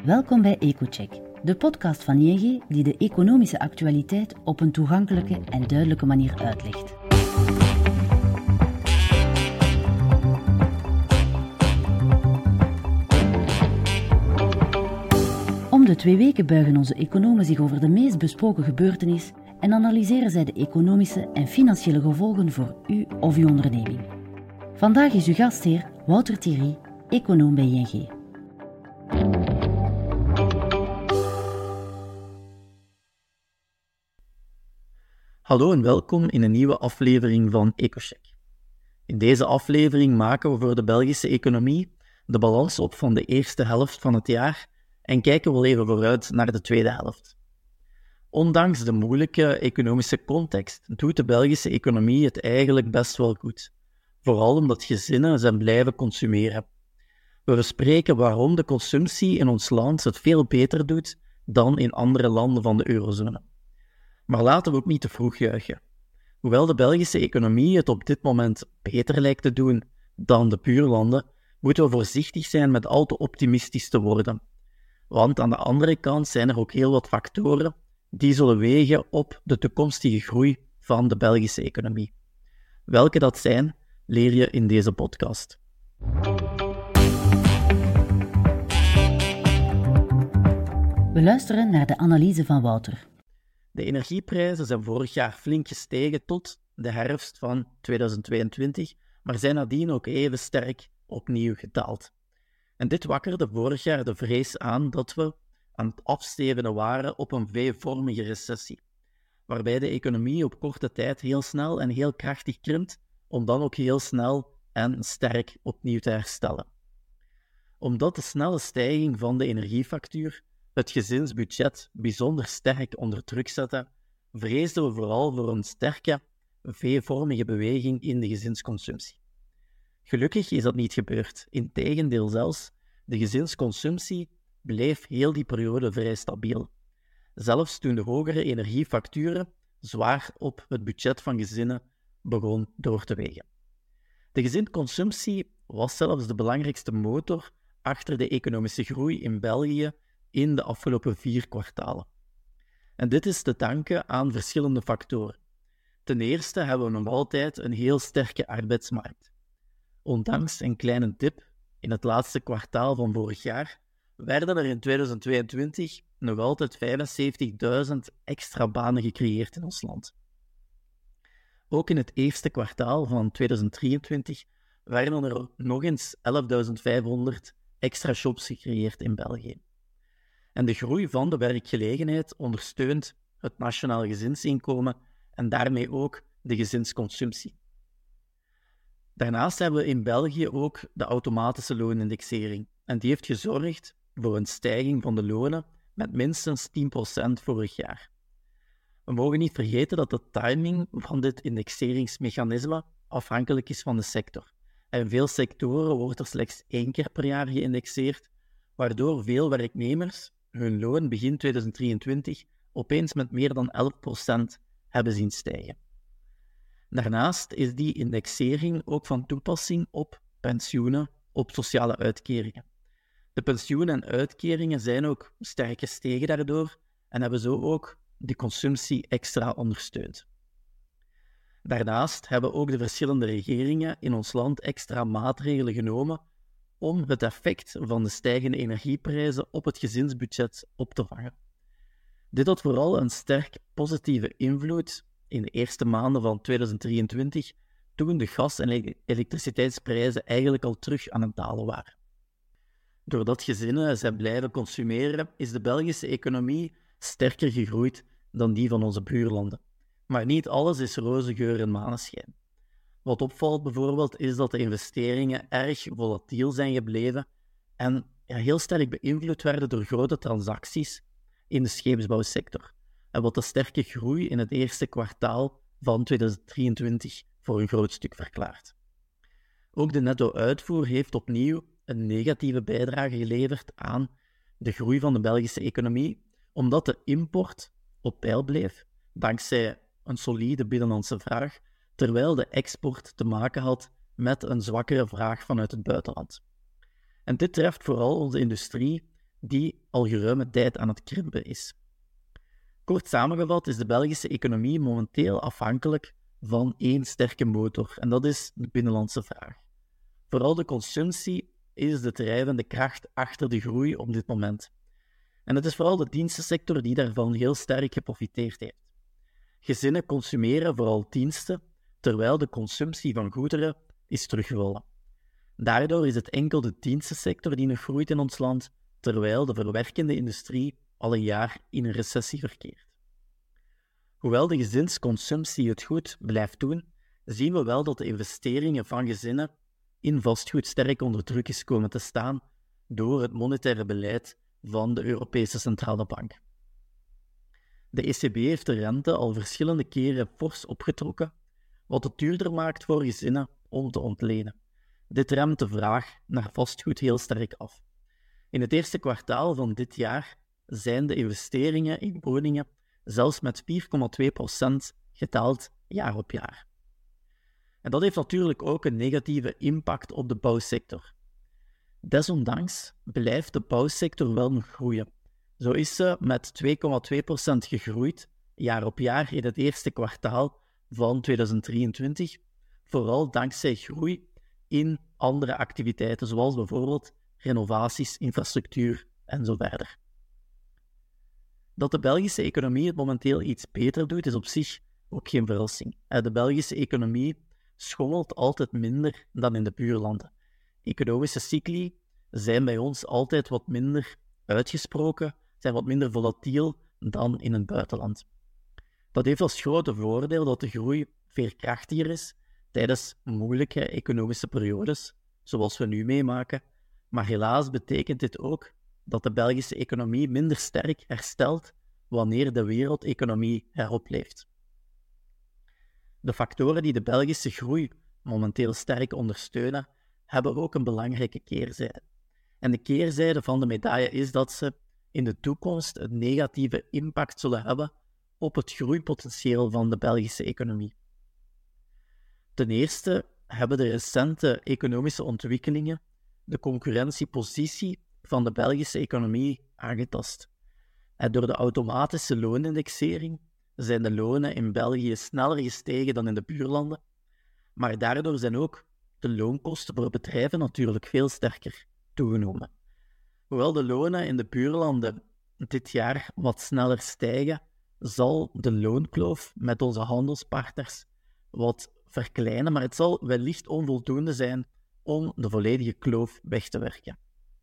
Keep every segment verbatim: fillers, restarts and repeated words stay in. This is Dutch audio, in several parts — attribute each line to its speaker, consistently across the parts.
Speaker 1: Welkom bij EcoCheck, de podcast van I N G die de economische actualiteit op een toegankelijke en duidelijke manier uitlegt. Om de twee weken buigen onze economen zich over de meest besproken gebeurtenis en analyseren zij de economische en financiële gevolgen voor u of uw onderneming. Vandaag is uw gastheer Wouter Thierry, econoom bij I N G.
Speaker 2: Hallo en welkom in een nieuwe aflevering van EcoCheck. In deze aflevering maken we voor de Belgische economie de balans op van de eerste helft van het jaar en kijken we even vooruit naar de tweede helft. Ondanks de moeilijke economische context doet de Belgische economie het eigenlijk best wel goed. Vooral omdat gezinnen zijn blijven consumeren. We bespreken waarom de consumptie in ons land het veel beter doet dan in andere landen van de eurozone. Maar laten we ook niet te vroeg juichen. Hoewel de Belgische economie het op dit moment beter lijkt te doen dan de buurlanden, moeten we voorzichtig zijn met al te optimistisch te worden. Want aan de andere kant zijn er ook heel wat factoren die zullen wegen op de toekomstige groei van de Belgische economie. Welke dat zijn, leer je in deze podcast.
Speaker 1: We luisteren naar de analyse van Wouter.
Speaker 2: De energieprijzen zijn vorig jaar flink gestegen tot de herfst van tweeduizend tweeëntwintig, maar zijn nadien ook even sterk opnieuw gedaald. En dit wakkerde vorig jaar de vrees aan dat we aan het afstevenen waren op een V-vormige recessie, waarbij de economie op korte tijd heel snel en heel krachtig krimpt, om dan ook heel snel en sterk opnieuw te herstellen. Omdat de snelle stijging van de energiefactuur het gezinsbudget bijzonder sterk onder druk zette, vreesden we vooral voor een sterke V-vormige beweging in de gezinsconsumptie. Gelukkig is dat niet gebeurd. Integendeel zelfs, de gezinsconsumptie bleef heel die periode vrij stabiel. Zelfs toen de hogere energiefacturen zwaar op het budget van gezinnen begon door te wegen. De gezinsconsumptie was zelfs de belangrijkste motor achter de economische groei in België in de afgelopen vier kwartalen. En dit is te danken aan verschillende factoren. Ten eerste hebben we nog altijd een heel sterke arbeidsmarkt. Ondanks een kleine dip in het laatste kwartaal van vorig jaar, werden er in tweeduizend tweeëntwintig nog altijd vijfenzeventigduizend extra banen gecreëerd in ons land. Ook in het eerste kwartaal van tweeduizend drieëntwintig werden er nog eens elfduizend vijfhonderd extra jobs gecreëerd in België. En de groei van de werkgelegenheid ondersteunt het nationaal gezinsinkomen en daarmee ook de gezinsconsumptie. Daarnaast hebben we in België ook de automatische loonindexering. En die heeft gezorgd voor een stijging van de lonen met minstens tien procent vorig jaar. We mogen niet vergeten dat de timing van dit indexeringsmechanisme afhankelijk is van de sector. En in veel sectoren wordt er slechts één keer per jaar geïndexeerd, waardoor veel werknemers hun loon begin tweeduizend drieëntwintig opeens met meer dan elf procent hebben zien stijgen. Daarnaast is die indexering ook van toepassing op pensioenen, op sociale uitkeringen. De pensioenen en uitkeringen zijn ook sterk gestegen daardoor en hebben zo ook de consumptie extra ondersteund. Daarnaast hebben ook de verschillende regeringen in ons land extra maatregelen genomen om het effect van de stijgende energieprijzen op het gezinsbudget op te vangen. Dit had vooral een sterk positieve invloed in de eerste maanden van tweeduizend drieëntwintig, toen de gas- en elektriciteitsprijzen eigenlijk al terug aan het dalen waren. Doordat gezinnen zijn blijven consumeren, is de Belgische economie sterker gegroeid dan die van onze buurlanden. Maar niet alles is roze geur en maneschijn. Wat opvalt bijvoorbeeld is dat de investeringen erg volatiel zijn gebleven en ja, heel sterk beïnvloed werden door grote transacties in de scheepsbouwsector. En wat de sterke groei in het eerste kwartaal van tweeduizend drieëntwintig voor een groot stuk verklaart. Ook de netto-uitvoer heeft opnieuw een negatieve bijdrage geleverd aan de groei van de Belgische economie, omdat de import op peil bleef, dankzij een solide binnenlandse vraag, terwijl de export te maken had met een zwakkere vraag vanuit het buitenland. En dit treft vooral onze industrie, die al geruime tijd aan het krimpen is. Kort samengevat is de Belgische economie momenteel afhankelijk van één sterke motor, en dat is de binnenlandse vraag. Vooral de consumptie is de drijvende kracht achter de groei op dit moment. En het is vooral de dienstensector die daarvan heel sterk geprofiteerd heeft. Gezinnen consumeren vooral diensten, terwijl de consumptie van goederen is teruggevallen. Daardoor is het enkel de dienstensector die nog groeit in ons land, terwijl de verwerkende industrie al een jaar in een recessie verkeert. Hoewel de gezinsconsumptie het goed blijft doen, zien we wel dat de investeringen van gezinnen in vastgoed sterk onder druk is komen te staan door het monetaire beleid van de Europese Centrale Bank. De E C B heeft de rente al verschillende keren fors opgetrokken, wat het duurder maakt voor gezinnen om te ontlenen. Dit remt de vraag naar vastgoed heel sterk af. In het eerste kwartaal van dit jaar zijn de investeringen in woningen zelfs met vier komma twee procent gedaald jaar op jaar. En dat heeft natuurlijk ook een negatieve impact op de bouwsector. Desondanks blijft de bouwsector wel nog groeien. Zo is ze met twee komma twee procent gegroeid, jaar op jaar in het eerste kwartaal van tweeduizend drieëntwintig, vooral dankzij groei in andere activiteiten, zoals bijvoorbeeld renovaties, infrastructuur en zo verder. Dat de Belgische economie het momenteel iets beter doet, is op zich ook geen verrassing. De Belgische economie schommelt altijd minder dan in de buurlanden. Economische cycli zijn bij ons altijd wat minder uitgesproken, zijn wat minder volatiel dan in het buitenland. Dat heeft als grote voordeel dat de groei veerkrachtiger is tijdens moeilijke economische periodes, zoals we nu meemaken, maar helaas betekent dit ook dat de Belgische economie minder sterk herstelt wanneer de wereldeconomie heropleeft. De factoren die de Belgische groei momenteel sterk ondersteunen, hebben ook een belangrijke keerzijde. En de keerzijde van de medaille is dat ze in de toekomst een negatieve impact zullen hebben op het groeipotentieel van de Belgische economie. Ten eerste hebben de recente economische ontwikkelingen de concurrentiepositie van de Belgische economie aangetast. En door de automatische loonindexering zijn de lonen in België sneller gestegen dan in de buurlanden, maar daardoor zijn ook de loonkosten voor bedrijven natuurlijk veel sterker toegenomen. Hoewel de lonen in de buurlanden dit jaar wat sneller stijgen, zal de loonkloof met onze handelspartners wat verkleinen, maar het zal wellicht onvoldoende zijn om de volledige kloof weg te werken.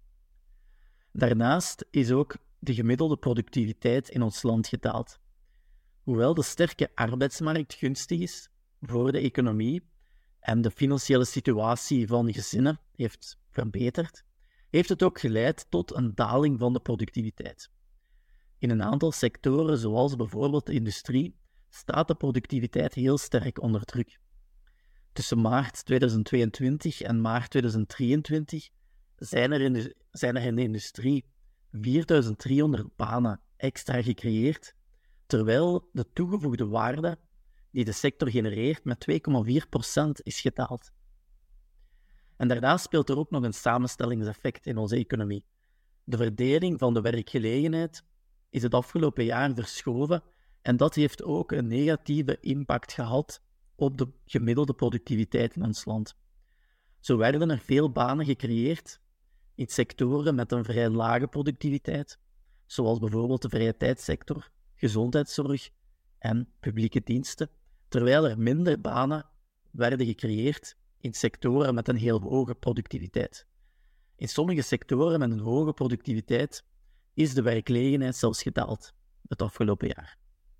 Speaker 2: Daarnaast is ook de gemiddelde productiviteit in ons land gedaald. Hoewel de sterke arbeidsmarkt gunstig is voor de economie en de financiële situatie van gezinnen heeft verbeterd, heeft het ook geleid tot een daling van de productiviteit. In een aantal sectoren, zoals bijvoorbeeld de industrie, staat de productiviteit heel sterk onder druk. Tussen maart tweeduizend tweeëntwintig en maart tweeduizend drieëntwintig zijn er in de, zijn er in de industrie vierduizend driehonderd banen extra gecreëerd, terwijl de toegevoegde waarde die de sector genereert met twee komma vier procent is gedaald. En daarnaast speelt er ook nog een samenstellingseffect in onze economie. De verdeling van de werkgelegenheid is het afgelopen jaar verschoven en dat heeft ook een negatieve impact gehad op de gemiddelde productiviteit in ons land. Zo werden er veel banen gecreëerd in sectoren met een vrij lage productiviteit, zoals bijvoorbeeld de vrije tijdssector, gezondheidszorg en publieke diensten, terwijl er minder banen werden gecreëerd in sectoren met een heel hoge productiviteit. In sommige sectoren met een hoge productiviteit is de werkgelegenheid zelfs gedaald het afgelopen jaar.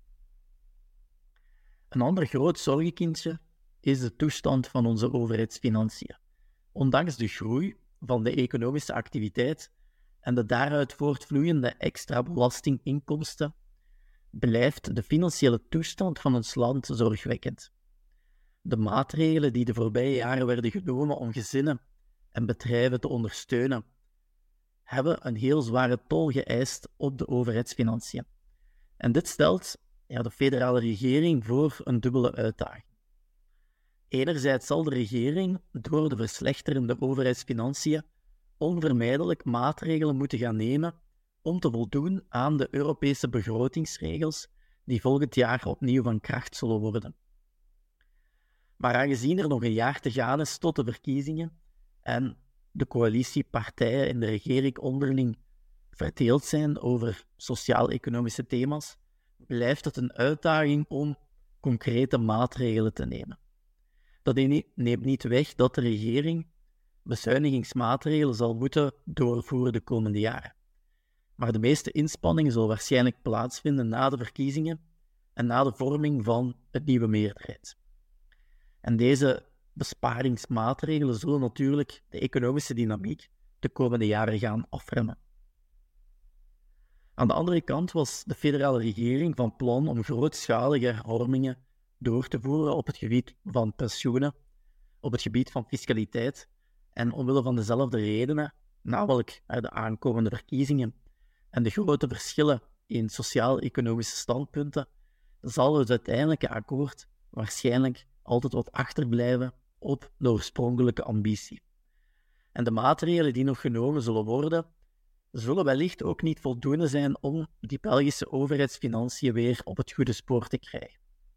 Speaker 2: Een ander groot zorgenkindje is de toestand van onze overheidsfinanciën. Ondanks de groei van de economische activiteit en de daaruit voortvloeiende extra belastinginkomsten, blijft de financiële toestand van ons land zorgwekkend. De maatregelen die de voorbije jaren werden genomen om gezinnen en bedrijven te ondersteunen, hebben een heel zware tol geëist op de overheidsfinanciën. En dit stelt ja, de federale regering voor een dubbele uitdaging. Enerzijds zal de regering door de verslechterende overheidsfinanciën onvermijdelijk maatregelen moeten gaan nemen om te voldoen aan de Europese begrotingsregels die volgend jaar opnieuw van kracht zullen worden. Maar aangezien er nog een jaar te gaan is tot de verkiezingen en de coalitiepartijen in de regering onderling verdeeld zijn over sociaal-economische thema's, blijft het een uitdaging om concrete maatregelen te nemen. Dat neemt niet weg dat de regering bezuinigingsmaatregelen zal moeten doorvoeren de komende jaren. Maar de meeste inspanningen zullen waarschijnlijk plaatsvinden na de verkiezingen en na de vorming van het nieuwe meerderheid. En deze besparingsmaatregelen zullen natuurlijk de economische dynamiek de komende jaren gaan afremmen. Aan de andere kant was de federale regering van plan om grootschalige hervormingen door te voeren op het gebied van pensioenen, op het gebied van fiscaliteit en omwille van dezelfde redenen, namelijk de aankomende verkiezingen en de grote verschillen in sociaal-economische standpunten, zal het uiteindelijke akkoord waarschijnlijk altijd wat achterblijven op de oorspronkelijke ambitie. En de maatregelen die nog genomen zullen worden, zullen wellicht ook niet voldoende zijn om die Belgische overheidsfinanciën weer op het goede spoor te krijgen.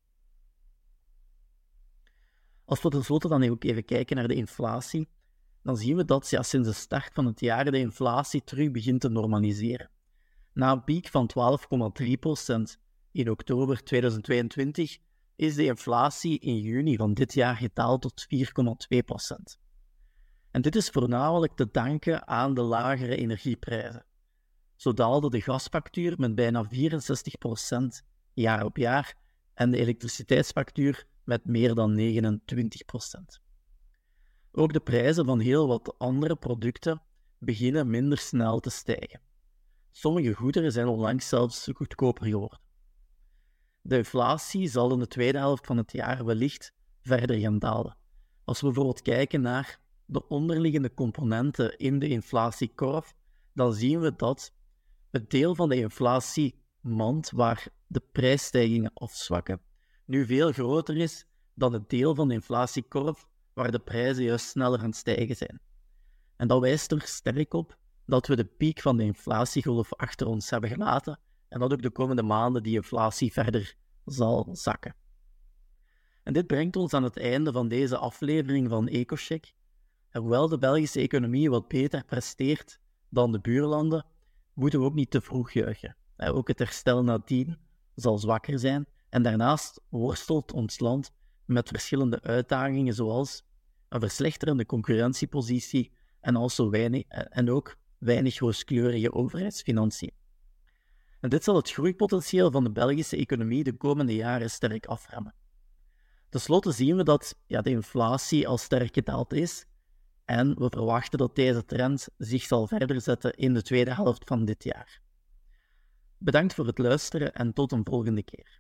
Speaker 2: Als we tenslotte dan ook even kijken naar de inflatie, dan zien we dat ja, sinds de start van het jaar de inflatie terug begint te normaliseren. Na een piek van twaalf komma drie procent in oktober tweeduizend tweeëntwintig is de inflatie in juni van dit jaar gedaald tot vier komma twee procent. En dit is voornamelijk te danken aan de lagere energieprijzen. Zo daalde de gasfactuur met bijna vierenzestig procent jaar op jaar en de elektriciteitsfactuur met meer dan negenentwintig procent. Ook de prijzen van heel wat andere producten beginnen minder snel te stijgen. Sommige goederen zijn onlangs zelfs goedkoper geworden. De inflatie zal in de tweede helft van het jaar wellicht verder gaan dalen. Als we bijvoorbeeld kijken naar de onderliggende componenten in de inflatiekorf, dan zien we dat het deel van de inflatiemand waar de prijsstijgingen afzwakken, nu veel groter is dan het deel van de inflatiekorf waar de prijzen juist sneller aan het stijgen zijn. En dat wijst er sterk op dat we de piek van de inflatiegolf achter ons hebben gelaten en dat ook de komende maanden die inflatie verder zal zakken. En dit brengt ons aan het einde van deze aflevering van EcoCheck. En hoewel de Belgische economie wat beter presteert dan de buurlanden, moeten we ook niet te vroeg juichen. Ook het herstel nadien zal zwakker zijn en daarnaast worstelt ons land met verschillende uitdagingen zoals een verslechterende concurrentiepositie en, also weinig, en ook weinig rooskleurige overheidsfinanciën. En dit zal het groeipotentieel van de Belgische economie de komende jaren sterk afremmen. Ten slotte zien we dat ja, de inflatie al sterk gedaald is en we verwachten dat deze trend zich zal verder zetten in de tweede helft van dit jaar. Bedankt voor het luisteren en tot een volgende keer.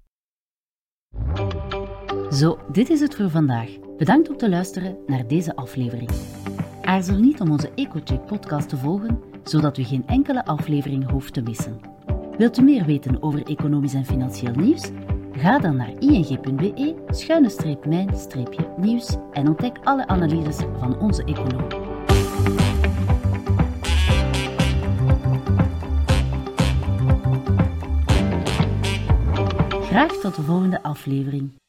Speaker 1: Zo, dit is het voor vandaag. Bedankt om te luisteren naar deze aflevering. Aarzel niet om onze EcoCheck podcast te volgen, zodat u geen enkele aflevering hoeft te missen. Wilt u meer weten over economisch en financieel nieuws? Ga dan naar ing.be schuine streep mijn streepje nieuws en ontdek alle analyses van onze economen. Graag tot de volgende aflevering.